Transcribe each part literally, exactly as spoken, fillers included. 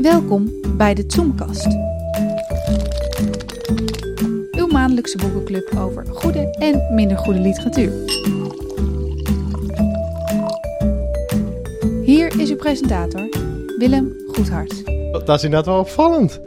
Welkom bij de Zoomkast. Uw maandelijkse boekenclub over goede en minder goede literatuur. Hier is uw presentator, Willem Goedhart. Dat is inderdaad wel opvallend.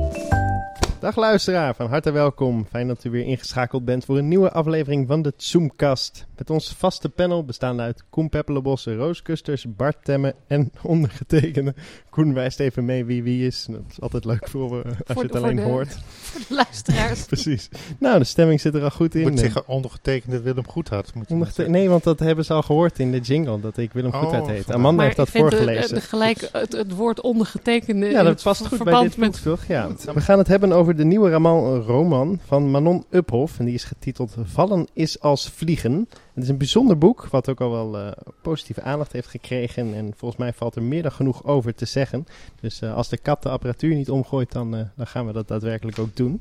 Dag luisteraar, van harte welkom. Fijn dat u weer ingeschakeld bent voor een nieuwe aflevering van de Zoomkast. Met ons vaste panel bestaande uit Koen Peppelebosse, Roos Kusters, Bart Temme en ondergetekende. Koen wijst even mee wie wie is. Dat is altijd leuk voor, uh, als voor je het de, alleen voor de, hoort. Voor de luisteraars. Precies. Nou, de stemming zit er al goed in. Moet zeggen ondergetekende Willem Goedhart. Moet Ondergete- nee, want dat hebben ze al gehoord in de jingle, dat ik Willem oh, Goedhart heet. vandaar. Amanda Maar heeft dat ik vind voorgelezen. De, de gelijk het, het woord ondergetekende. Ja, dat past goed bij dit boek, toch? Ja. We gaan het hebben over de nieuwe roman, roman van Manon Uphoff. En die is getiteld Vallen is als vliegen. Het is een bijzonder boek, wat ook al wel uh, positieve aandacht heeft gekregen. En volgens mij valt er meer dan genoeg over te zeggen. Dus uh, als de kat de apparatuur niet omgooit, dan, uh, dan gaan we dat daadwerkelijk ook doen.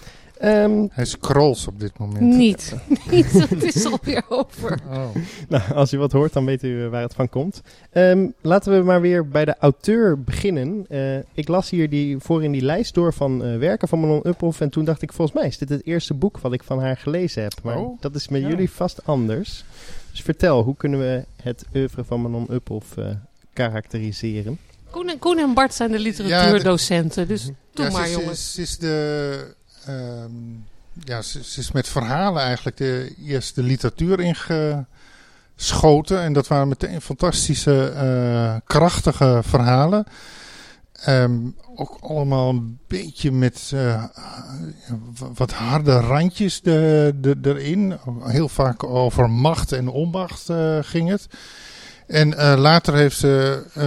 Um, Hij scrolls op dit moment. Niet. Niet, het is alweer over. Oh. Nou, als u wat hoort, dan weet u waar het van komt. Um, laten we maar weer bij de auteur beginnen. Uh, ik las hier die, voor in die lijst door van uh, werken van Manon Uphoff. En toen dacht ik, volgens mij is dit het eerste boek wat ik van haar gelezen heb. Maar oh. dat is met ja. jullie vast anders. Dus vertel, hoe kunnen we het oeuvre van Manon Uphoff uh, karakteriseren? Koen en, Koen en Bart zijn de literatuurdocenten. Ja, dus doe ja, maar, ze, jongens. Ze is de... Um, ja, ze, ze is met verhalen eigenlijk de eerste literatuur ingeschoten. En dat waren meteen fantastische, uh, krachtige verhalen. Um, ook allemaal een beetje met uh, wat harde randjes de, de, erin. Heel vaak over macht en onmacht uh, ging het. En uh, later heeft ze uh,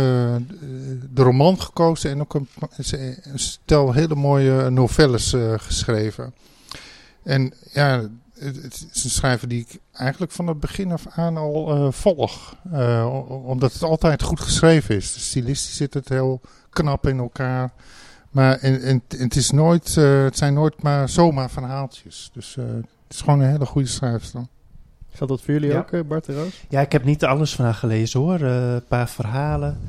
de roman gekozen en ook een, een stel hele mooie novelles uh, geschreven. En ja, het, het is een schrijver die ik eigenlijk van het begin af aan al uh, volg. Uh, omdat het altijd goed geschreven is. Stilistisch zit het heel knap in elkaar. Maar en, en, en het, is nooit, uh, het zijn nooit maar zomaar verhaaltjes. Dus uh, het is gewoon een hele goede schrijfster. Geldt dat voor jullie ja. ook, uh, Bart en Roos? Ja, ik heb niet alles van haar gelezen hoor. Uh, een paar verhalen.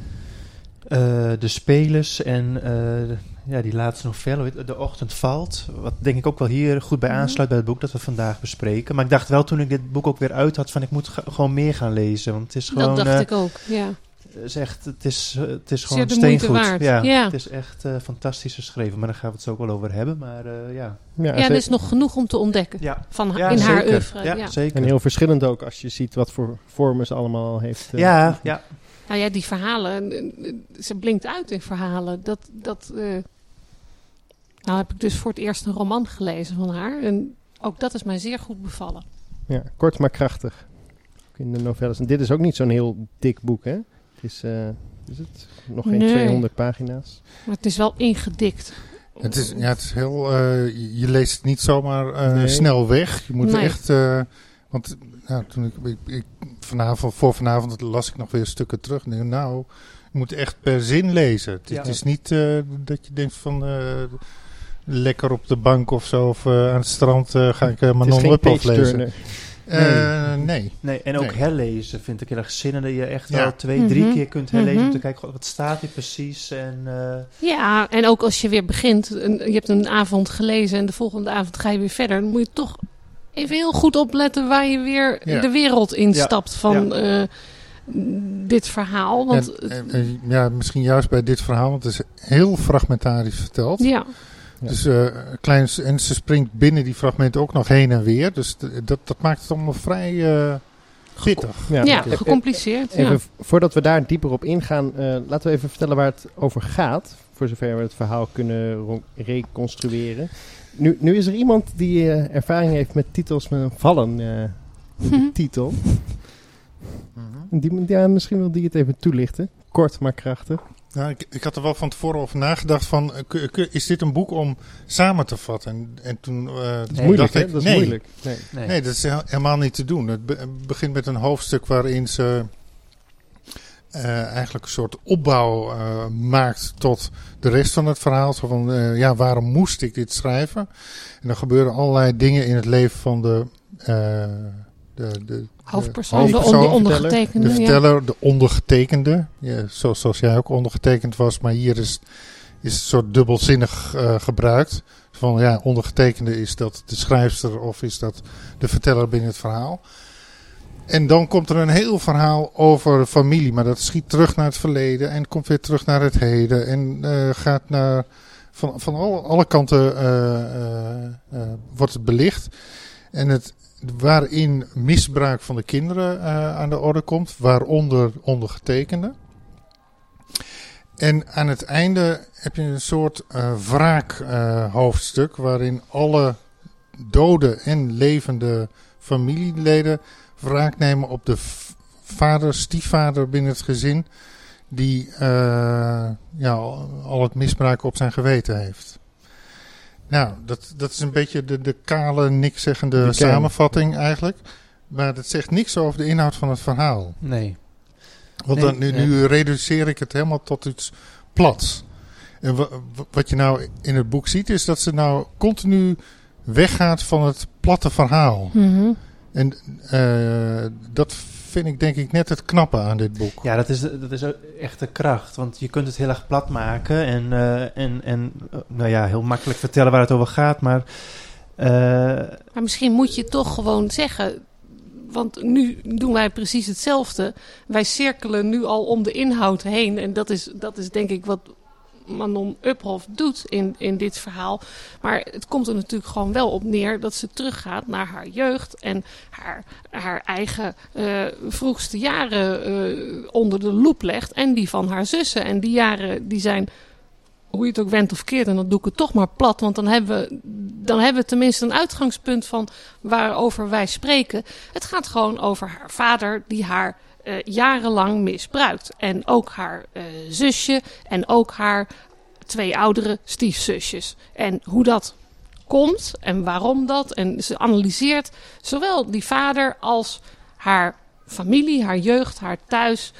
Uh, de Spelers en uh, ja, die laatste novelle, De Ochtend Valt. Wat denk ik ook wel hier goed bij aansluit bij het boek dat we vandaag bespreken. Maar ik dacht wel toen ik dit boek ook weer uit had van ik moet g- gewoon meer gaan lezen. Want het is gewoon... Dat dacht uh, ik ook, ja. Het is echt, het is, uh, het is gewoon de moeite steengoed. waard. Ja, ja. Het is echt uh, fantastisch geschreven. Maar daar gaan we het zo ook wel over hebben. Maar uh, ja. Ja, ja, er is nog genoeg om te ontdekken Ja. van ha- Ja, in zeker. haar oeuvre. Ja, Ja. zeker. En heel verschillend ook als je ziet wat voor vormen ze allemaal heeft. Uh, Ja, ja. Nou ja, die verhalen, ze blinkt uit in verhalen. Dat, dat, uh, nou heb ik dus voor het eerst een roman gelezen van haar. En ook dat is mij zeer goed bevallen. Ja, kort maar krachtig. Ook in de novelles. En dit is ook niet zo'n heel dik boek, hè? Het is, uh, is het? Nog geen Nee. tweehonderd pagina's. Maar het is wel ingedikt. Het is, ja, het is heel... Uh, je, je leest het niet zomaar uh, nee. snel weg. Je moet Nee. echt... Uh, want nou, toen ik, ik, ik vanavond, voor vanavond las ik nog weer stukken terug. En denk, nou, je moet echt per zin lezen. Het, Ja. het is niet uh, dat je denkt van... Uh, lekker op de bank of zo. Of uh, aan het strand uh, ga ik uh, Manon Uphoff lezen. Nee. Uh, nee. Nee, en ook Nee. herlezen vind ik heel erg zinnen dat je echt Ja. wel twee, drie Mhm. keer kunt herlezen om Mhm. te kijken, god, wat staat hier precies en uh, Ja, en ook als je weer begint, een, je hebt een avond gelezen en de volgende avond ga je weer verder. Dan moet je toch even heel goed opletten waar je weer Ja. de wereld instapt Ja. van Ja. uh, dit verhaal. Want En, en, en, ja, misschien juist bij dit verhaal, want het is heel fragmentarisch verteld. ja, Ja. Dus uh, klein, en ze springt binnen die fragmenten ook nog heen en weer. Dus d- dat, dat maakt het allemaal vrij uh, pittig. Ja, ja, oké. gecompliceerd. Even, Ja. v- voordat we daar dieper op ingaan, uh, laten we even vertellen waar het over gaat. Voor zover we het verhaal kunnen ro- reconstrueren. Nu, nu is er iemand die uh, ervaring heeft met titels met een vallen uh, in de titel. Die, ja, misschien wil die het even toelichten. Kort maar krachtig. Nou, ik, ik had er wel van tevoren over nagedacht van, uh, k- k- is dit een boek om samen te vatten? En, en toen uh, Dat is Nee, moeilijk, dacht hè? ik, Dat is nee, moeilijk. Nee. nee. nee, dat is he- helemaal niet te doen. Het be- begint met een hoofdstuk waarin ze uh, eigenlijk een soort opbouw uh, maakt tot de rest van het verhaal. Zo van, uh, ja, waarom moest ik dit schrijven? En dan gebeuren allerlei dingen in het leven van de... Uh, de, de Hoofdpersoon, de, hoofdpersoon, onder, ondergetekende. de verteller, de ondergetekende. Ja, zoals, zoals jij ook ondergetekend was. Maar hier is is een soort dubbelzinnig uh, gebruikt. Van ja, ondergetekende, is dat de schrijfster of is dat de verteller binnen het verhaal. En dan komt er een heel verhaal over familie, maar dat schiet terug naar het verleden en komt weer terug naar het heden. En uh, gaat naar, van, van alle, alle kanten uh, uh, uh, wordt het belicht. En het, waarin misbruik van de kinderen uh, aan de orde komt, waaronder ondergetekende. En aan het einde heb je een soort uh, wraak uh, hoofdstuk waarin alle dode en levende familieleden wraak nemen op de v- vader, stiefvader binnen het gezin, die uh, ja, al het misbruik op zijn geweten heeft. Nou, dat, dat is een beetje de, de kale, nikszeggende de samenvatting eigenlijk. Maar dat zegt niks over de inhoud van het verhaal. Nee. Want nee, dan, nu, nee. nu reduceer ik het helemaal tot iets plats. En w- w- wat je nou in het boek ziet, is dat ze nou continu weggaat van het platte verhaal. Mm-hmm. En uh, dat vind ik denk ik net het knappe aan dit boek. Ja, dat is, dat is echt de kracht. Want je kunt het heel erg plat maken en, uh, en, en uh, nou ja, heel makkelijk vertellen waar het over gaat. Maar, uh, maar misschien moet je toch gewoon zeggen, want nu doen wij precies hetzelfde. Wij cirkelen nu al om de inhoud heen. En dat is, dat is denk ik wat Manon Uphoff doet in, in dit verhaal. Maar het komt er natuurlijk gewoon wel op neer dat ze teruggaat naar haar jeugd en haar, haar eigen uh, vroegste jaren uh, onder de loep legt. En die van haar zussen. En die jaren die zijn, hoe je het ook wendt of keert, en dan doe ik het toch maar plat. Want dan hebben we, dan hebben we tenminste een uitgangspunt van waarover wij spreken. Het gaat gewoon over haar vader die haar Uh, jarenlang misbruikt. En ook haar uh, zusje en ook haar twee oudere stiefzusjes. En hoe dat komt en waarom dat. En ze analyseert zowel die vader als haar familie, haar jeugd, haar thuis.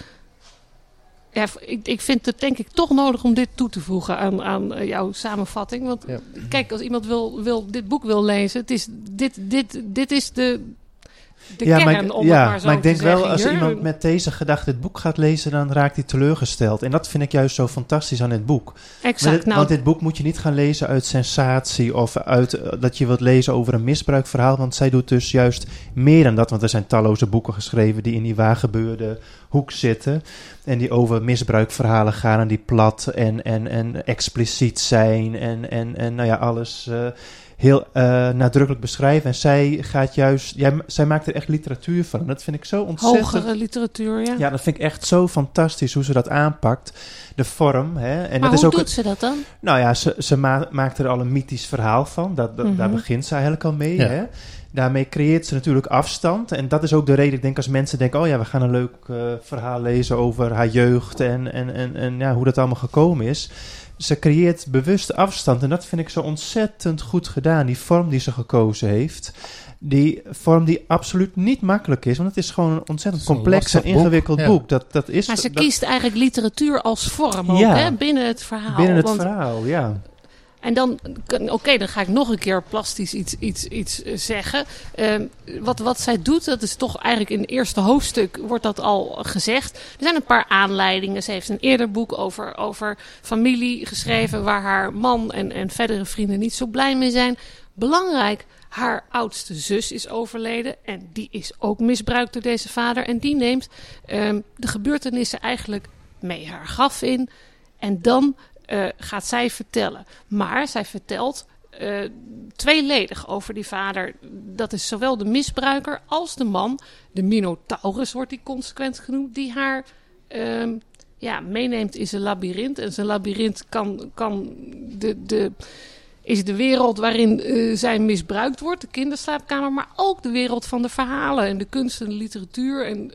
Ja, ik, ik vind het denk ik toch nodig om dit toe te voegen aan, aan uh, jouw samenvatting. Want ja. Kijk, als iemand wil, wil, dit boek wil lezen, het is, dit, dit, dit is de... De ja, kern, maar ik, om ja, het maar zo maar ik denk te wel, zeggen, als hier. iemand met deze gedachte het boek gaat lezen, dan raakt hij teleurgesteld. En dat vind ik juist zo fantastisch aan dit boek. Exact. Dit, nou, want dit boek moet je niet gaan lezen uit sensatie of uit uh, dat je wilt lezen over een misbruikverhaal. Want zij doet dus juist meer dan dat. Want er zijn talloze boeken geschreven die in die waargebeurde hoek zitten. En die over misbruikverhalen gaan en die plat en, en, en expliciet zijn. En, en, en nou ja, alles... Uh, heel uh, nadrukkelijk beschrijven. En zij gaat juist... Ja, zij maakt er echt literatuur van. En dat vind ik zo ontzettend... Hogere literatuur, ja. Ja, dat vind ik echt zo fantastisch hoe ze dat aanpakt. De vorm. Hè. En maar dat hoe is ook doet het, ze dat dan? Nou ja, ze, ze ma- maakt er al een mythisch verhaal van. Dat, dat, mm-hmm. Daar begint ze eigenlijk al mee. Ja. Hè. Daarmee creëert ze natuurlijk afstand. En dat is ook de reden, ik denk, als mensen denken... oh ja, we gaan een leuk uh, verhaal lezen over haar jeugd... en, en, en, en ja, hoe dat allemaal gekomen is... Ze creëert bewust afstand en dat vind ik zo ontzettend goed gedaan. Die vorm die ze gekozen heeft. Die vorm die absoluut niet makkelijk is. Want het is gewoon een ontzettend complex en ingewikkeld boek. boek. Dat, dat is, maar ze dat, kiest eigenlijk literatuur als vorm ook, ja, hè? Binnen het verhaal. Binnen het want, verhaal, ja. En dan, oké, okay, dan ga ik nog een keer plastisch iets, iets, iets zeggen. Uh, wat, wat zij doet, dat is toch eigenlijk in het eerste hoofdstuk wordt dat al gezegd. Er zijn een paar aanleidingen. Ze heeft een eerder boek over, over familie geschreven waar haar man en, en verdere vrienden niet zo blij mee zijn. Belangrijk, haar oudste zus is overleden en die is ook misbruikt door deze vader. En die neemt um, de gebeurtenissen eigenlijk mee haar graf in en dan... Uh, gaat zij vertellen. Maar zij vertelt uh, tweeledig over die vader. Dat is zowel de misbruiker als de man. De Minotaurus wordt die consequent genoemd. Die haar uh, ja, meeneemt in zijn labyrint. En zijn labyrint kan, kan de, de, is de wereld waarin uh, zij misbruikt wordt. De kinderslaapkamer. Maar ook de wereld van de verhalen. En de kunst en de literatuur. En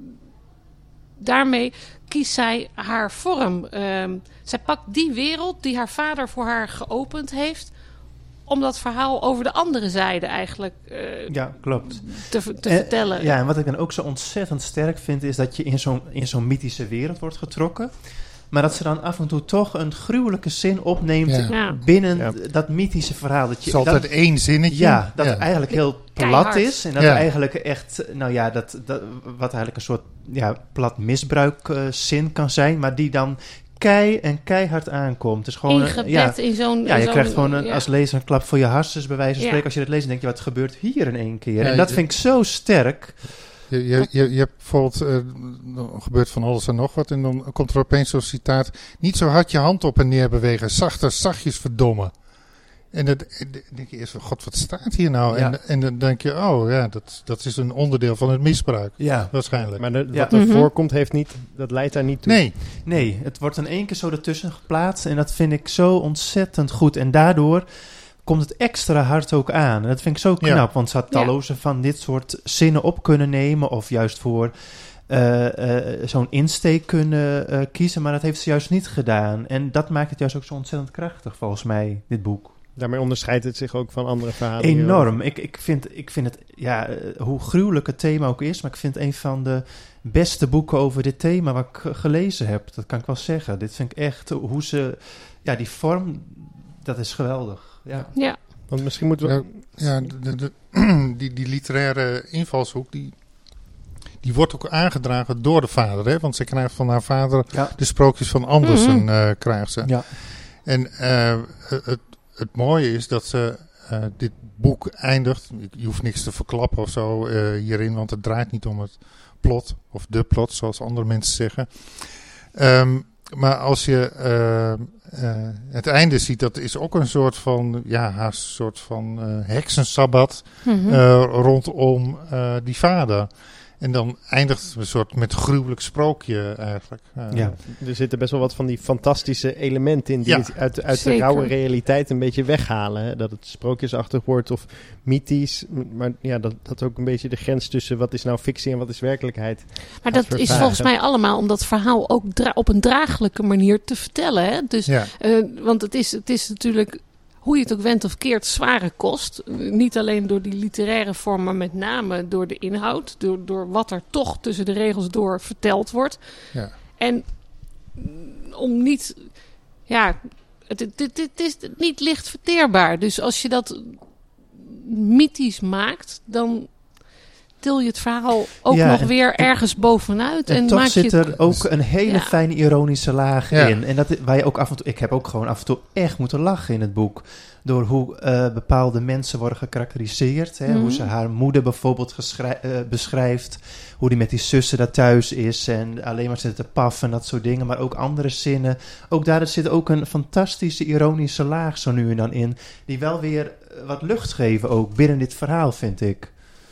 daarmee kiest zij haar vorm. Uh, zij pakt die wereld die haar vader voor haar geopend heeft... om dat verhaal over de andere zijde eigenlijk uh, ja, klopt. te, te en, vertellen. Ja, en wat ik dan ook zo ontzettend sterk vind... is dat je in zo'n, in zo'n mythische wereld wordt getrokken... maar dat ze dan af en toe toch een gruwelijke zin opneemt... Ja. Ja. binnen Ja. dat mythische verhaal. Dat je, Het is altijd dat, één zinnetje. Ja, dat ja. het eigenlijk heel plat Keihard. is. En dat Ja. er eigenlijk echt... Nou ja, dat, dat, wat eigenlijk een soort ja, plat misbruikzin uh, kan zijn... maar die dan kei en keihard aankomt. Het is gewoon Ingebed een, ja, in zo'n... ja, je zo'n, krijgt gewoon een, ja. als lezer een klap voor je hartjes, bij wijze van Ja. spreken. Als je dat leest, dan denk je, wat gebeurt hier in één keer? Ja, en dat je- vind ik zo sterk. Je, je, je, je hebt bijvoorbeeld, uh, er gebeurt van alles en nog wat. En dan komt er opeens zo'n citaat. Niet zo hard je hand op en neer bewegen. Zachter, zachtjes verdommen. En dan denk je eerst van, god, wat staat hier nou? Ja. En, en dan denk je, oh ja, dat, dat is een onderdeel van het misbruik. Ja. Waarschijnlijk. Maar de, Ja. wat er Mhm. voorkomt, heeft niet, dat leidt daar niet toe. Nee, Nee, het wordt in één keer zo ertussen geplaatst. En dat vind ik zo ontzettend goed. En daardoor komt het extra hard ook aan. En dat vind ik zo knap. Ja. Want ze had talloze van dit soort zinnen op kunnen nemen. Of juist voor uh, uh, zo'n insteek kunnen uh, kiezen. Maar dat heeft ze juist niet gedaan. En dat maakt het juist ook zo ontzettend krachtig, volgens mij, dit boek. Daarmee onderscheidt het zich ook van andere verhalen. Enorm. Ik, ik, vind, ik vind het, ja, uh, hoe gruwelijk het thema ook is, maar ik vind het een van de beste boeken over dit thema wat ik ge- gelezen heb. Dat kan ik wel zeggen. Dit vind ik echt, hoe ze, ja, die vorm, dat is geweldig. Ja. Ja. Want misschien moeten we... Ja, ja de, de, de, die, die literaire invalshoek, die, die wordt ook aangedragen door de vader. Hè? Want ze krijgt van haar vader Ja. de sprookjes van Andersen, Mhm. uh, krijgt ze. Ja. En uh, het, het mooie is dat ze uh, dit boek eindigt. Je hoeft niks te verklappen of zo uh, hierin, want het draait niet om het plot. Of de plot, zoals andere mensen zeggen. Um, maar als je uh, uh, het einde ziet, dat is ook een soort van, ja, haar soort van uh, heksensabbat Mhm. uh, rondom uh, die vader. En dan eindigt het een soort met gruwelijk sprookje eigenlijk. Uh, Ja. Er zitten best wel wat van die fantastische elementen in die Ja. het uit, uit de Zeker. rauwe realiteit een beetje weghalen. Hè? Dat het sprookjesachtig wordt of mythisch. M- Maar ja, dat, dat ook een beetje de grens tussen wat is nou fictie en wat is werkelijkheid. Maar gaat dat is vervagen. volgens mij allemaal om dat verhaal ook dra- op een draaglijke manier te vertellen. Hè? Dus, ja. eh, want het is, het is natuurlijk, hoe je het ook went of keert, zware kost. Uh, niet alleen door die literaire vorm, maar met name door de inhoud. Door, door wat er toch tussen de regels door verteld wordt. Ja. En mm, om niet... Ja, het, het, het, het is niet licht verteerbaar. Dus als je dat mythisch maakt, dan til je het verhaal ook Ja, nog en- weer ergens bovenuit. En, En, toch maak zit je er ook een hele Ja. fijne ironische laag Ja. in. En dat waar je ook af en toe, ik heb ook gewoon af en toe echt moeten lachen in het boek. Door hoe uh, bepaalde mensen worden gekarakteriseerd. Hè? Mhm. Hoe ze haar moeder bijvoorbeeld geschrij- uh, beschrijft. Hoe die met die zussen daar thuis is. En alleen maar zit te paffen en dat soort dingen. Maar ook andere zinnen. Ook daar zit ook een fantastische ironische laag zo nu en dan in. Die wel weer uh, wat lucht geven ook binnen dit verhaal, vind ik.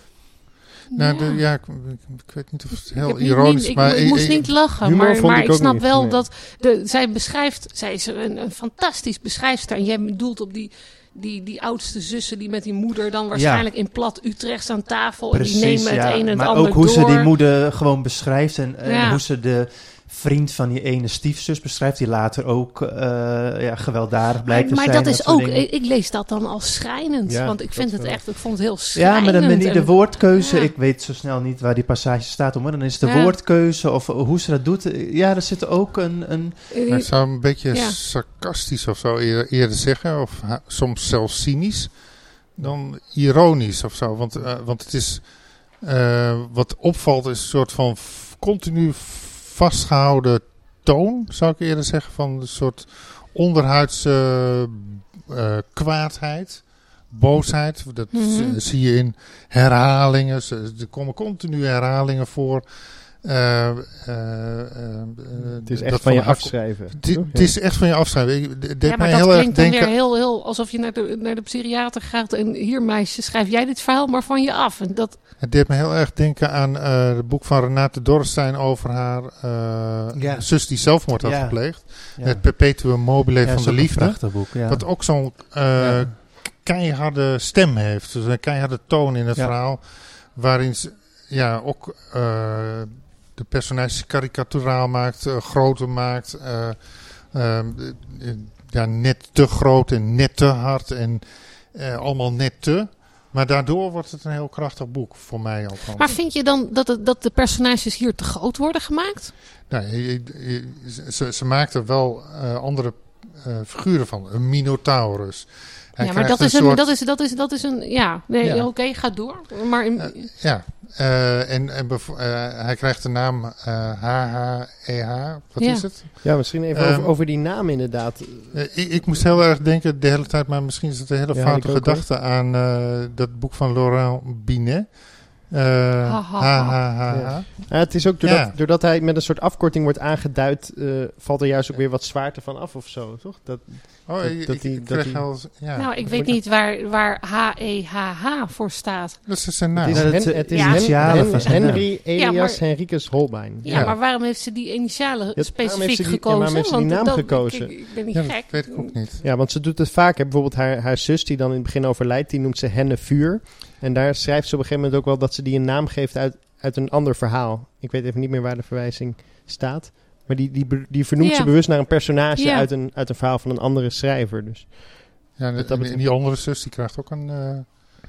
Nou, Ja. de, ja, ik, ik, ik weet niet of het Ik heel heb niet- ironisch is, niet- maar... ik, ik moest niet lachen, humor maar, vond maar ik ik, ook snap niet, wel nee. dat... De, zij beschrijft... Zij is een, een fantastisch beschrijfster. En jij bedoelt op die, die, die oudste zussen die met die moeder dan waarschijnlijk in plat Utrecht aan tafel. en die nemen het een en het maar ander ook hoe door. ze die moeder gewoon beschrijft. En, en Ja. hoe ze de vriend van die ene stiefzus beschrijft. Die later ook uh, ja, gewelddadig blijkt maar te maar zijn. dat is soort ook... dingen. Ik, ik lees dat dan als schrijnend. Ja, want ik vind dat het wel. echt... Ik vond het heel Ja, schrijnend. maar de manier, de en- woordkeuze, Ja. ik weet zo snel niet waar die passage staat, maar dan is de Ja. woordkeuze of hoe ze dat doet. Ja, er zit ook een... een eh, Maar ik zou een beetje Ja. sarcastisch of zo eer- eerder zeggen. Of ha- soms zelfs cynisch. Dan ironisch of zo. Want, uh, want het is... Uh, wat opvalt is een soort van f- continu vastgehouden toon. Zou ik eerder zeggen. Van een soort onderhuidse uh, kwaadheid. Boosheid. Dat Mhm. z- zie je in herhalingen. Z- Er komen continu herhalingen voor. Uh, uh, uh, Het is dat echt van je haar- afschrijven. Het toch? het is echt van je afschrijven. Ik- Het deed Ja, maar mij dat heel erg klinkt dan denken. weer heel, heel alsof je naar de, naar de psychiater gaat en hier meisje, schrijf jij dit verhaal maar van je af. En dat, Het deed me heel erg denken aan uh, het boek van Renate Dorrestein over haar uh, Ja. zus die zelfmoord had Ja. gepleegd. ja. Het Perpetuum mobile Ja, van is de ook een liefde. prachtig boek, ja. Dat ook zo'n uh, Ja. keiharde stem heeft. Dus een keiharde toon in het Ja. verhaal. Waarin ze ja, ook uh, de personages karikaturaal maakt, uh, groter maakt. Uh, uh, uh, ja, net te groot en net te hard en uh, allemaal net te. Maar daardoor wordt het een heel krachtig boek, voor mij althans. maar vind je dan dat, het, dat de personages hier te groot worden gemaakt? Nou, je, je, je- ze, ze maakt er wel uh, andere uh, figuren van. Een Minotaurus. Hij ja, maar dat krijgt is een een, soort- dat is, dat is, dat is een, ja, nee, Ja. oké, okay, ga door. Maar in- Eh, ja, uh, en, en bev- uh, hij krijgt de naam uh, H H E H. Wat Ja. is het? Ja, misschien even Ehm, over, over die naam inderdaad. Uh, ik, ik moest heel erg denken de hele tijd, maar misschien is het een hele Ja, foute ik ook, gedachte aan uh, dat boek van Laurent Binet. Uh, Ha, H ha, H ha. H H. Ja. Ja, het is ook doordat, Ja. doordat hij met een soort afkorting wordt aangeduid, uh, valt er juist ook weer wat zwaarte van af of zo, toch? Dat, Oh, Dat- ik, dat ik, die- ik dat kreeg die- al... Ja, nou, ik dat weet wordt- niet waar, waar H E H H voor staat. dat is zijn het naam. is, Ja, dat- Hen- het is ja. Hen- Initialen Hen- van zijn naam. Henry Elias Ja, maar- Henricus Holbein. Ja, Ja. maar waarom heeft ze die initialen heeft specifiek ze die- ja, gekozen? waarom heeft ze die Want naam dat- gekozen? Ik, ik ben niet Ja, gek. dat weet ik ook niet. Ja, want ze doet het vaak. Hè. Bijvoorbeeld haar, haar zus, die dan in het begin overlijdt, die noemt ze Henne Vuur. En daar schrijft ze op een gegeven moment ook wel dat ze die een naam geeft uit, uit een ander verhaal. Ik weet even niet meer waar de verwijzing staat. Maar die, die, be- die vernoemt Ja. ze bewust naar een personage Ja. uit, een, uit een verhaal van een andere schrijver. Dus. Ja, en, Wat dat en betreft- die andere zus die krijgt ook een... Uh,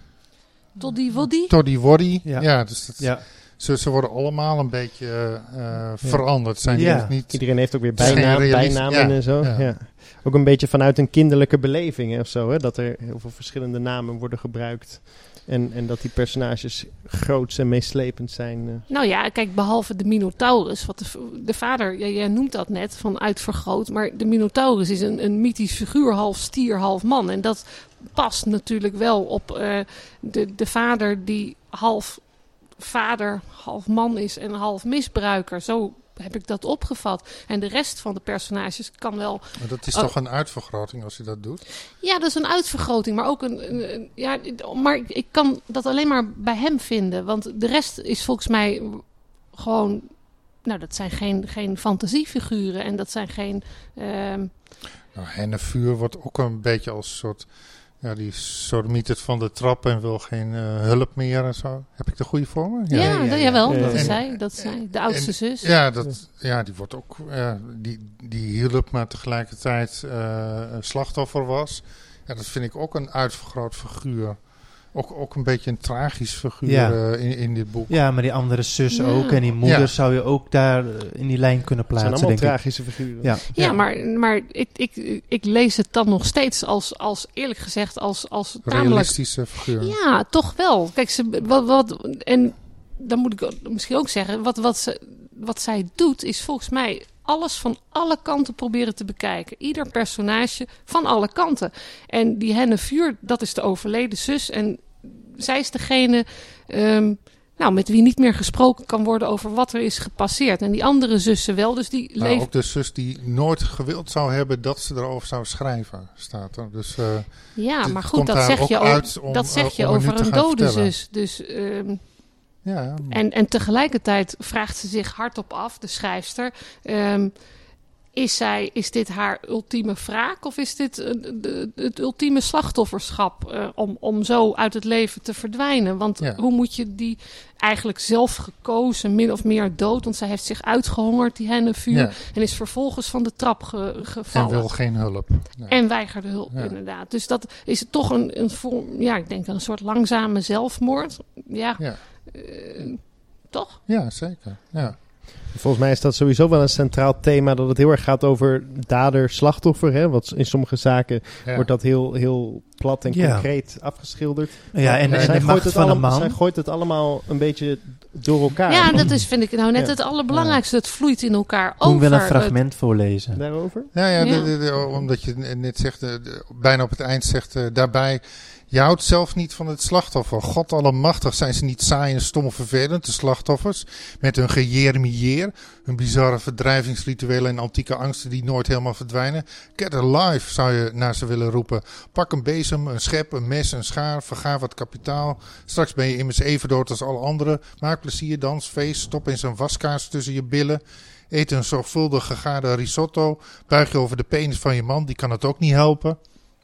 Toddy Woddy? Toddy Woddy. Ja. Ja, dus dat, Ja. ze, ze worden allemaal een beetje uh, veranderd. Zijn Ja. die nog niet... Iedereen heeft ook weer Het is geen bijnaam, realist- bijnamen ja, en zo. Ja. ja. Ook een beetje vanuit een kinderlijke beleving hè, of zo. Hè, dat er heel veel verschillende namen worden gebruikt. En, en dat die personages groots en meeslepend zijn. eh. Nou ja, kijk, behalve de Minotaurus, wat de, v- de vader, ja, jij noemt dat net, van uitvergroot. Maar de Minotaurus is een, een mythisch figuur, half stier, half man. En dat past natuurlijk wel op uh, de, de vader die half vader, half man is en half misbruiker. Zo heb ik dat opgevat. En de rest van de personages kan wel... Maar dat is Oh. toch een uitvergroting als je dat doet? Ja, dat is een uitvergroting, maar ook een... een, een- ja, maar ik, ik kan dat alleen maar bij hem vinden. Want de rest is volgens mij gewoon... Nou, dat zijn geen, geen fantasiefiguren en dat zijn geen... ehm, Nou, Henne Vuur wordt ook een beetje als een soort... Ja, die sodomiet het van de trap en wil geen uh, hulp meer en zo. Heb ik de goede voor me? ja, ja, ja, ja. jawel, Ja, dat ja. is En- zij. Dat is zij. De oudste en- zus. Ja, dat, ja, die wordt ook... Ja, die, die hielp, maar tegelijkertijd uh, een slachtoffer was. Ja, dat vind ik ook een uitvergroot figuur. Ook, ook een beetje een tragisch figuur Ja. uh, in, in dit boek. Ja, maar die andere zus Ja. ook. En die moeder Ja. zou je ook daar uh, in die lijn kunnen Het zijn plaatsen, allemaal denk ik. tragische figuren. Ja. Ja, Ja. maar, maar ik, ik, ik lees het dan nog steeds als, als eerlijk gezegd, als, als tamelijk... Realistische figuur. Ja, toch wel. Kijk, ze, wat, wat, en dan moet ik ook- misschien ook zeggen, wat, wat, ze, wat zij doet is volgens mij alles van alle kanten proberen te bekijken. Ieder personage van alle kanten. En die Henne Vuur, dat is de overleden zus. En zij is degene um, nou, met wie niet meer gesproken kan worden over wat er is gepasseerd. En die andere zussen wel, dus die Maar leven... ook de zus die nooit gewild zou hebben dat ze erover zou schrijven, staat er. Dus, uh, Ja, het maar goed, komt dat daar zeg ook je, uit o- om, dat zeg uh, je om er nu over te een gaan dode vertellen. zus. Dus... Um, ja, En, en tegelijkertijd vraagt ze zich hardop af, de schrijfster... Um, is, zij, is dit haar ultieme wraak of is dit uh, de, het ultieme slachtofferschap... Uh, om, om zo uit het leven te verdwijnen? Want Ja. hoe moet je die eigenlijk zelf gekozen, min of meer dood... want zij heeft zich uitgehongerd, die Hennevuur... ja. en is vervolgens van de trap ge, En gevallen. wil geen hulp. Nee. En weigerde hulp, Ja. inderdaad. Dus dat is toch een, een vorm, ja, ik denk een soort langzame zelfmoord. Ja, Ja. uh, toch? ja, zeker. Ja. Volgens mij is dat sowieso wel een centraal thema, dat het heel erg gaat over dader-slachtoffer. Hè? Want in sommige zaken Ja. wordt dat heel, heel plat en Ja. concreet afgeschilderd. Ja, en, Maar en zij de gooit macht het van een allemaal- man. Zij gooit het allemaal een beetje door elkaar. Ja, dat is, vind ik nou net Ja. het allerbelangrijkste. Het vloeit in elkaar Koen over. wil een Het- fragment voorlezen. Daarover? Ja, ja, Ja. de- de- de- omdat je net zegt, de- de- bijna op het eind zegt uh, daarbij... Je houdt zelf niet van het slachtoffer. God allemachtig, zijn ze niet saai en stom vervelend, de slachtoffers. Met hun gejermieer, hun bizarre verdrijvingsrituelen en antieke angsten die nooit helemaal verdwijnen. Get alive, zou je naar ze willen roepen. Pak een bezem, een schep, een mes, een schaar, vergaar wat kapitaal. Straks ben je immers even dood als alle anderen. Maak plezier, dans, feest, stop eens een waskaars tussen je billen. Eet een zorgvuldig gegaarde risotto. Buig je over de penis van je man, die kan het ook niet helpen.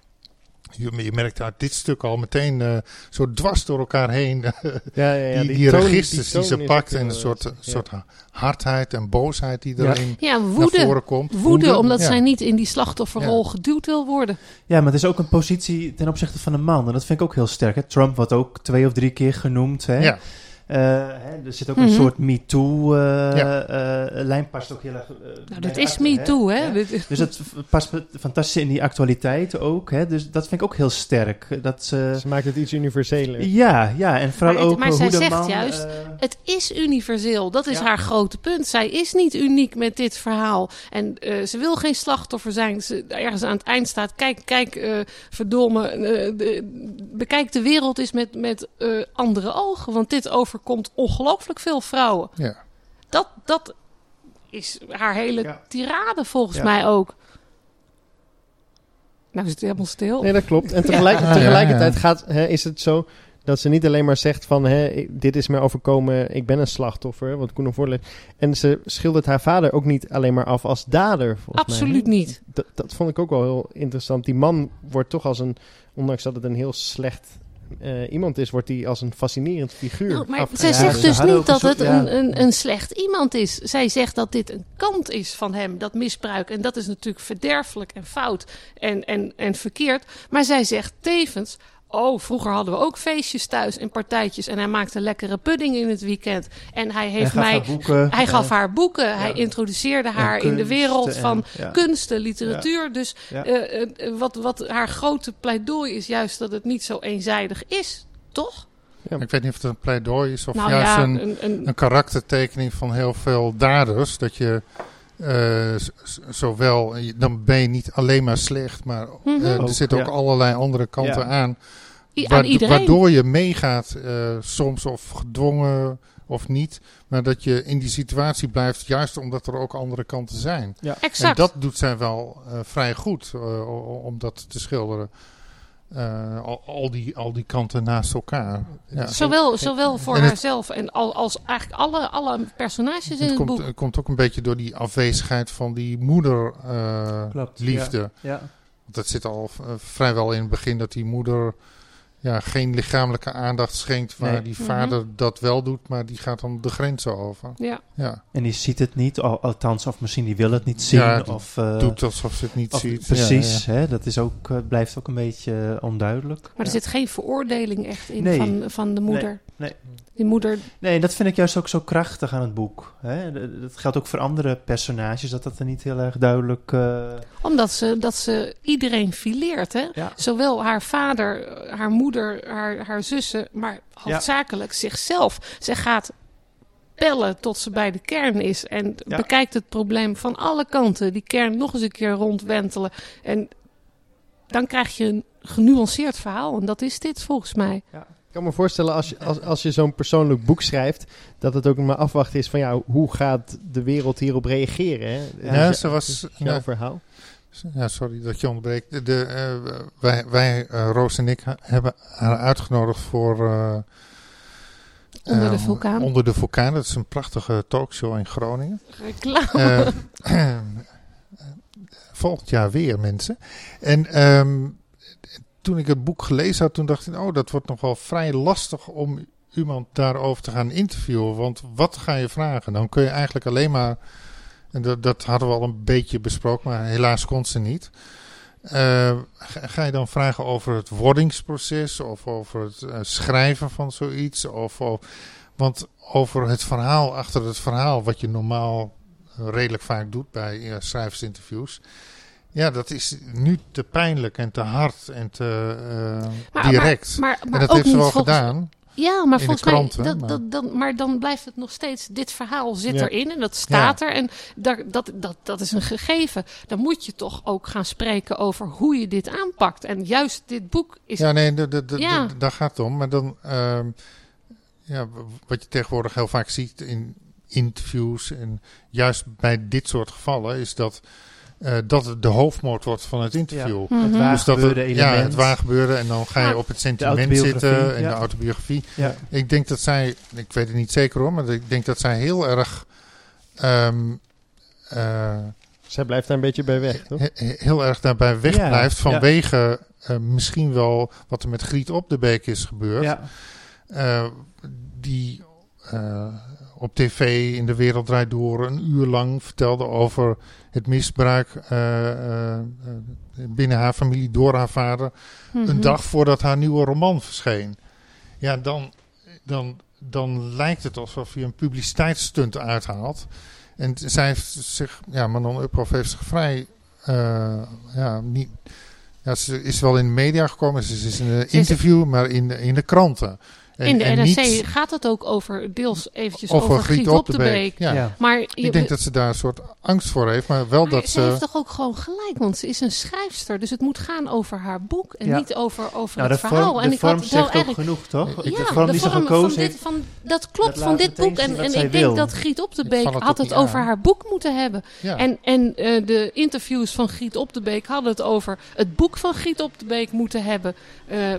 Je, je merkt uit dit stuk al meteen uh, zo dwars door elkaar heen. Ja, ja, ja, die, die toon- registers die, toon ze is pakt ook en heel, een soort, ja. soort hardheid en boosheid die Ja. erin Ja, naar woede. voren komt. Woede, omdat ja. zij niet in die slachtofferrol Ja. geduwd wil worden. Ja, maar het is ook een positie ten opzichte van een man. En dat vind ik ook heel sterk. Hè? Trump wordt ook twee of drie keer genoemd. Hè? Ja. Uh, hè, er zit ook Mm-hmm. een soort MeToo-lijn, Ja. uh, uh, past ook heel erg... Uh, Nou, dat is MeToo, hè? hè? Dit- Dus het v- past fantastisch in die actualiteit ook. Hè? Dus dat vind ik ook heel sterk. Dat ze, Ze maakt het iets universeler. ja, ja, en vooral Maar het- ook maar hoe zij de zegt man... juist, uh, Het is universeel. Dat is Ja. haar grote punt. Zij is niet uniek met dit verhaal. En uh, ze wil geen slachtoffer zijn. Ze ergens aan het eind staat. Kijk, kijk, uh, verdomme. Uh, de, bekijk de wereld eens met, met uh, andere ogen. Want dit overkomt ongelooflijk veel vrouwen. Ja. Dat, dat is haar hele Ja. tirade volgens Ja. mij ook. Nou is het helemaal stil. Nee, dat klopt. En tegelijk, Ja, ja, tegelijkertijd ja. gaat, hè, is het zo dat ze niet alleen maar zegt van... Hè, ik- dit is me overkomen, ik ben een slachtoffer. Wat Koen voorleest. En ze schildert haar vader ook niet alleen maar af als dader. volgens mij, hè. Absoluut niet. Dat, dat vond ik ook wel heel interessant. Die man wordt toch als een... Ondanks dat het een heel slecht uh, iemand is... wordt hij als een fascinerend figuur Nou, maar afgeschilderd. zij Ja, zegt ze dus hadden niet ook dat een het soort- een, ja. een, een slecht iemand is. Zij zegt dat dit een kant is van hem, dat misbruik. En dat is natuurlijk verderfelijk en fout en, en, en verkeerd. Maar zij zegt tevens... Oh, vroeger hadden we ook feestjes thuis en partijtjes. En hij maakte lekkere pudding in het weekend. En hij heeft hij gaf mij... haar boeken, Hij gaf uh, haar boeken. ja. Hij introduceerde en haar in de kunst wereld en- van ja. kunsten, literatuur. Dus Ja. uh, uh, wat, wat haar grote pleidooi is juist dat het niet zo eenzijdig is. Toch? Ja. Ik weet niet of het een pleidooi is of nou juist ja, een, een, een, een karaktertekening van heel veel daders. Dat je uh, z- z- zowel, dan ben je niet alleen maar slecht, maar uh, Mhm. er Ook, zitten ook ja. allerlei andere kanten Ja. aan. i- aan Waardo- iedereen. Waardoor je meegaat, uh, soms of gedwongen of niet. Maar dat je in die situatie blijft, juist omdat er ook andere kanten zijn. Exact. En dat doet zij wel uh, vrij goed, uh, o- om dat te schilderen. Uh, al, al, die, al die kanten naast elkaar. Ja. Zowel, zowel voor En het- haarzelf en al, als eigenlijk alle, alle personages in Het het komt, boek. het komt ook een beetje door die afwezigheid van die moederliefde. Klopt, liefde. Ja. Want dat zit al uh, vrijwel in het begin dat die moeder ja, geen lichamelijke aandacht schenkt. Waar Nee. die Mhm. vader dat wel doet, maar die gaat dan de grenzen over. Ja. Ja, En die ziet het niet, al, althans, of misschien die wil het niet zien. Ja, die of, uh, doet alsof ze het niet of- ziet. Precies, Ja, ja. Hè, dat is ook, uh, blijft ook een beetje uh, onduidelijk. Maar er Ja. zit geen veroordeling echt in Nee. van, van de moeder. nee. Die moeder, Nee, dat vind ik juist ook zo krachtig aan het boek. Hè? D- Dat geldt ook voor andere personages, dat dat er niet heel erg duidelijk... Uh, omdat ze, dat ze iedereen fileert. Hè? ja. Zowel haar vader, haar moeder, haar, haar zussen, maar hoofdzakelijk zichzelf. Ze gaat pellen tot ze bij de kern is. En Ja. bekijkt het probleem van alle kanten. Die kern nog eens een keer rondwentelen. En dan krijg je een genuanceerd verhaal. En dat is dit volgens mij. Ik kan me voorstellen als je, als, als je zo'n persoonlijk boek schrijft... dat het ook maar afwachten is van... ja, hoe gaat de wereld hierop reageren? Hè? Ja, Dus ze was- dus jouw ja. verhaal. Ja, sorry dat je onderbreekt. De, de, uh, wij, wij uh, Roos en ik, ha- hebben haar uitgenodigd voor... Uh, Onder de uh, vulkaan. Onder de vulkaan. Dat is een prachtige talkshow in Groningen. Reclame. Uh, volgend jaar weer, mensen. En um, toen ik het boek gelezen had, toen dacht ik... oh, dat wordt nog wel vrij lastig om iemand daarover te gaan interviewen. Want wat ga je vragen? Dan kun je eigenlijk alleen maar... en dat, dat hadden we al een beetje besproken, maar helaas kon ze niet... Uh, ga, ga je dan vragen over het wordingsproces of over het uh, schrijven van zoiets? Of, of, want over het verhaal achter het verhaal, wat je normaal uh, redelijk vaak doet bij uh, schrijversinterviews. Ja, dat is nu te pijnlijk en te hard en te uh, Maar- direct. Maar, maar, maar en dat ook heeft ze niet wel volgens- gedaan. Ja, maar de volgens kranten, mij, dat, maar- dat, dat, maar dan blijft het nog steeds, dit verhaal zit Ja. erin en dat staat er en daar, dat, dat, dat is een gegeven. Dan moet je toch ook gaan spreken over hoe je dit aanpakt. En juist dit boek is... Ja, nee, de, de, de, Ja. de- daar gaat het om. Maar dan, ehm, ja, w- wat je tegenwoordig heel vaak ziet in interviews en juist bij dit soort gevallen is dat uh, dat het de hoofdmoot wordt van het interview. Ja, Mhm. het Dus dat waargebeurde het, element. ja, het waargebeuren en dan ga je Ja. op het sentiment autobiografie, zitten en ja. de autobiografie. Ja. Ik denk dat zij, ik weet het niet zeker hoor, maar ik denk dat zij heel erg um, uh, Zij blijft daar een beetje bij weg, toch? he- he- heel erg daarbij weg Ja, blijft ja. vanwege uh, misschien wel wat er met Griet op de Beek is gebeurd. Ja. Uh, die uh, op tv in De Wereld Draait Door een uur lang vertelde over het misbruik uh, uh, binnen haar familie door haar vader. Mhm. Een dag voordat haar nieuwe roman verscheen. Ja, dan, dan, dan lijkt het alsof je een publiciteitsstunt uithaalt. En t- zij heeft zich, ja, Manon Uphoff heeft zich vrij, uh, ja, niet, ja, ze is wel in de media gekomen, ze is in een interview, maar in de, in de kranten. En, in de en N R C niet gaat het ook over, deels eventjes over, over Griet op de Beek. Ja. Ja. Maar je, Ik denk dat ze daar een soort angst voor heeft, maar wel maar dat ze ze... heeft toch ook gewoon gelijk, want ze is een schrijfster. Dus het moet gaan over haar boek en Ja. niet over, over Nou, het de verhaal. vorm, en de ik vorm had, zou zegt ook eigenlijk genoeg, toch? Ja, de vorm die ze vorm gekozen van heeft. dit, van, dat klopt, dat van laat dit meteen boek. En, zien wat en zij ik denk wil. dat Griet op de Ik Beek val het had ook het niet over aan. haar boek moeten hebben. Ja. En, en uh, de interviews van Griet op de Beek hadden het over het boek van Griet op de Beek moeten hebben. Uh,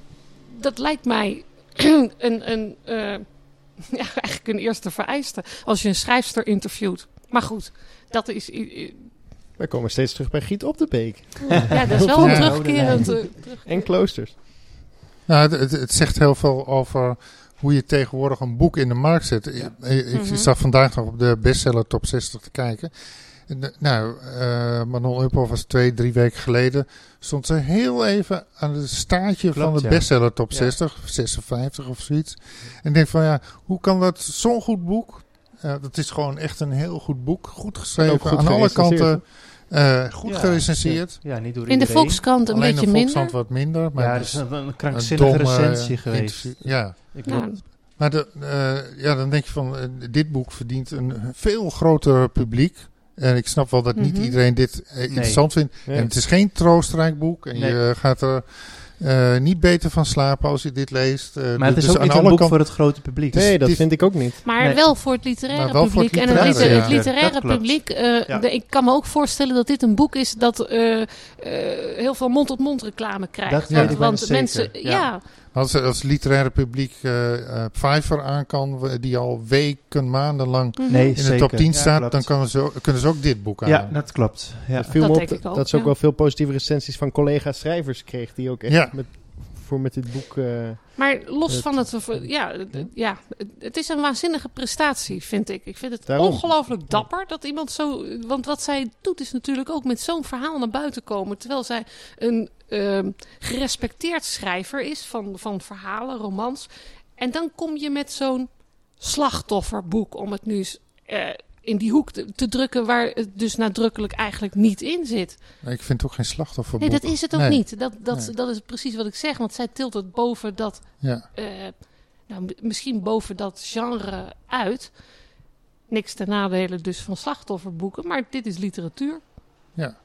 dat lijkt mij een... een uh, ja, eigenlijk een eerste vereiste als je een schrijfster interviewt. Maar goed, dat is... Uh, We komen steeds terug bij Griet op de Beek. ja, dat is wel Ja. een terugkerend... Uh, En kloosters. Nou, het, het, het zegt heel veel over hoe je tegenwoordig een boek in de markt zet. Ik, ik Mm-hmm. zag vandaag nog op de bestseller top zestig te kijken. En, uh, nou, uh, Manon Uphoff was twee, drie weken geleden. Stond ze heel even aan het staartje Klopt, van de ja. bestseller top Ja. zestig, zesenvijftig of zoiets. En ik denk van ja, hoe kan dat zo'n goed boek? Uh, dat is gewoon echt een heel goed boek. Goed geschreven, En ook goed aan alle gerecenseerd, kanten. Uh, goed Ja. gerecenseerd. Ja, niet door in de iedereen. Volkskrant een Alleen beetje de minder. Volkskrant wat minder. Maar Ja, het dat is is een, een een krankzinnige domme recensie geweest. interview. Ja. Ik Ja. bedoel, Maar de, uh, ja, dan denk je van, uh, dit boek verdient een veel groter publiek. En ik snap wel dat niet Mhm. iedereen dit uh, interessant vindt. Nee. En het is geen troostrijk boek. En Nee. je gaat er uh, niet beter van slapen als je dit leest. Uh, maar het is dus ook aan niet een alle boek kanten- voor het grote publiek. Nee, dat dit- vind ik ook niet. Maar Nee. wel voor het literaire Maar wel voor het publiek. En het, literaire, liter- ja. het literaire Dat klopt. publiek, uh, Ja. de, ik kan me ook voorstellen dat dit een boek is dat uh, uh, heel veel mond-tot-mond reclame krijgt. Dat weet want ik bijna want zeker, mensen, ja. ja. Als, als literaire publiek uh, uh, Pfeiffer aan kan, w- die al weken, maandenlang Mhm. Nee, in de zeker. top tien Ja, staat, klopt. dan kunnen ze, ook- kunnen ze ook dit boek aan. Ja, dat klopt. Ja. Het viel Dat me denk op ik ook, dat ze ook ja. wel veel positieve recensies van collega-schrijvers kreeg. Die ook echt Ja. met, voor met dit boek... Uh, Maar los Het- van het... Ja, het- ja, het- het is een waanzinnige prestatie, vind ik. Ik vind het Daarom. ongelooflijk dapper dat iemand zo... Want wat zij doet is natuurlijk ook met zo'n verhaal naar buiten komen. Terwijl zij een ehm, gerespecteerd schrijver is van, van verhalen, romans. En dan kom je met zo'n slachtofferboek, om het nu eens eh, in die hoek te, te drukken waar het dus nadrukkelijk eigenlijk niet in zit. Nee, ik vind het ook geen slachtofferboek. Nee, dat is het ook Nee. niet. Dat, dat, Nee. dat is precies wat ik zeg. Want zij tilt het boven dat... Ja. Uh, nou, m- misschien boven dat genre uit. Niks ten nadele dus van slachtofferboeken, maar dit is literatuur. Ja.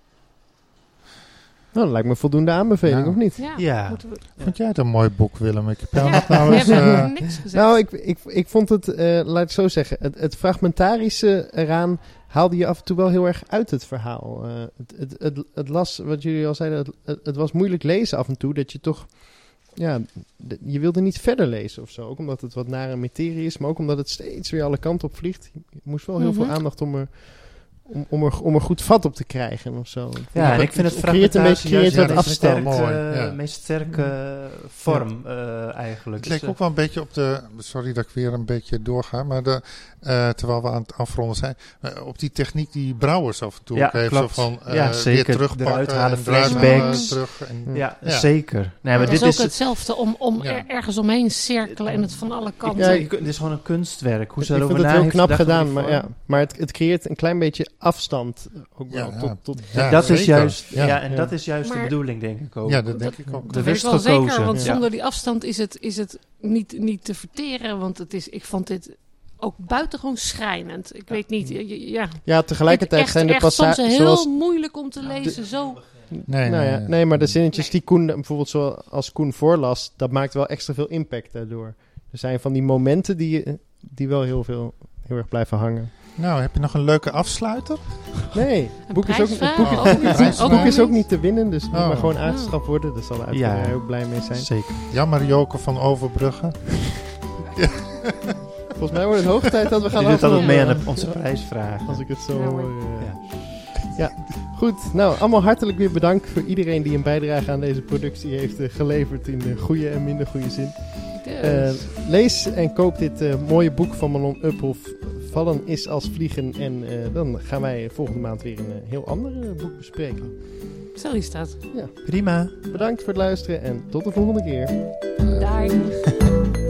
nou, dat lijkt me voldoende aanbeveling, Ja. of niet? Ja, Ja. moeten we... Vond jij het een mooi boek, Willem? Ik heb jou Ja, nog nou we eens... hebben uh, niks gezegd. Nou, ik, ik, ik vond het, uh, laat ik zo zeggen, het, het fragmentarische eraan haalde je af en toe wel heel erg uit het verhaal. Uh, het, het, het, het las, wat jullie al zeiden, het, het, het was moeilijk lezen af en toe, dat je toch, ja, de, je wilde niet verder lezen of zo. Ook omdat het wat nare materie is, maar ook omdat het steeds weer alle kanten op vliegt. Je moest wel heel Mhm. veel aandacht om er, om, om, er, om er goed vat op te krijgen of zo. Ja, en ik vind het creëert een beetje fragmentatie juist creëert de wat meest afstand. sterke, Mooi, ja. meest sterke vorm uh, eigenlijk. Het leek Dus, ook wel een beetje op de... Sorry dat ik weer een beetje doorga, maar de, uh, terwijl we aan het afronden zijn... Uh, op die techniek die Brouwers af en toe Ja, ook heeft. klopt. Zo van uh, Ja, weer zeker. terugpakken Eruit halen, en eruit flashbacks. halen, terug. En, ja, Ja. zeker. Nee, maar het dit is ook is... hetzelfde om, om Ja. er, ergens omheen cirkelen en het van alle kanten. Ja, Ja, dit is gewoon een kunstwerk. Hoe ze Ik erover vind het na heel heeft knap gedacht gedaan, om maar, die ja, vorm. maar het, het creëert een klein beetje afstand. Ook wel, Ja, tot, tot, ja, dat is zeker. juist, ja. Ja. en Ja. dat is juist Maar- de bedoeling, denk ik ook. Ja, dat denk ik ook. Dat weet ik bewust wel zeker, gekozen. want Ja. zonder die afstand is het, is het niet, niet te verteren. Want het is, ik vond dit ook buitengewoon schrijnend. Ik weet niet, ja... ja. ja, tegelijkertijd echt, zijn de echt soms passages heel zoals... moeilijk om te lezen, zo... Nee, nou ja, nee, nee, maar de zinnetjes Nee. die Koen, bijvoorbeeld zoals Koen voorlas, dat maakt wel extra veel impact daardoor. Er zijn van die momenten die, die wel heel veel, heel erg blijven hangen. Nou, heb je nog een leuke afsluiter? Nee, het boek, is ook, het, boek, prijsvraag? is, Oh, het boek- prijsvraag. het boek is ook niet te winnen, dus het moet Oh. maar gewoon aangeschaft worden. Daar zal de uitgeverij Ja. ook blij mee zijn. Zeker. Jammer, Joke van Overbrugge. Volgens mij wordt het hoog tijd dat we gaan Je doet altijd mee aan afronden, de, onze prijsvraag. als ik het zo Ja, hoor. hoor. eh. Ja. Ja, goed. Nou, allemaal hartelijk weer bedankt voor iedereen die een bijdrage aan deze productie heeft uh, geleverd in de goede en minder goede zin. Uh, lees en koop dit uh, mooie boek van Manon Uphoff. Vallen is als vliegen. En uh, dan gaan wij volgende maand weer een uh, heel ander uh, boek bespreken. Zo is dat. Ja. Prima. Bedankt voor het luisteren en tot de volgende keer. Daar.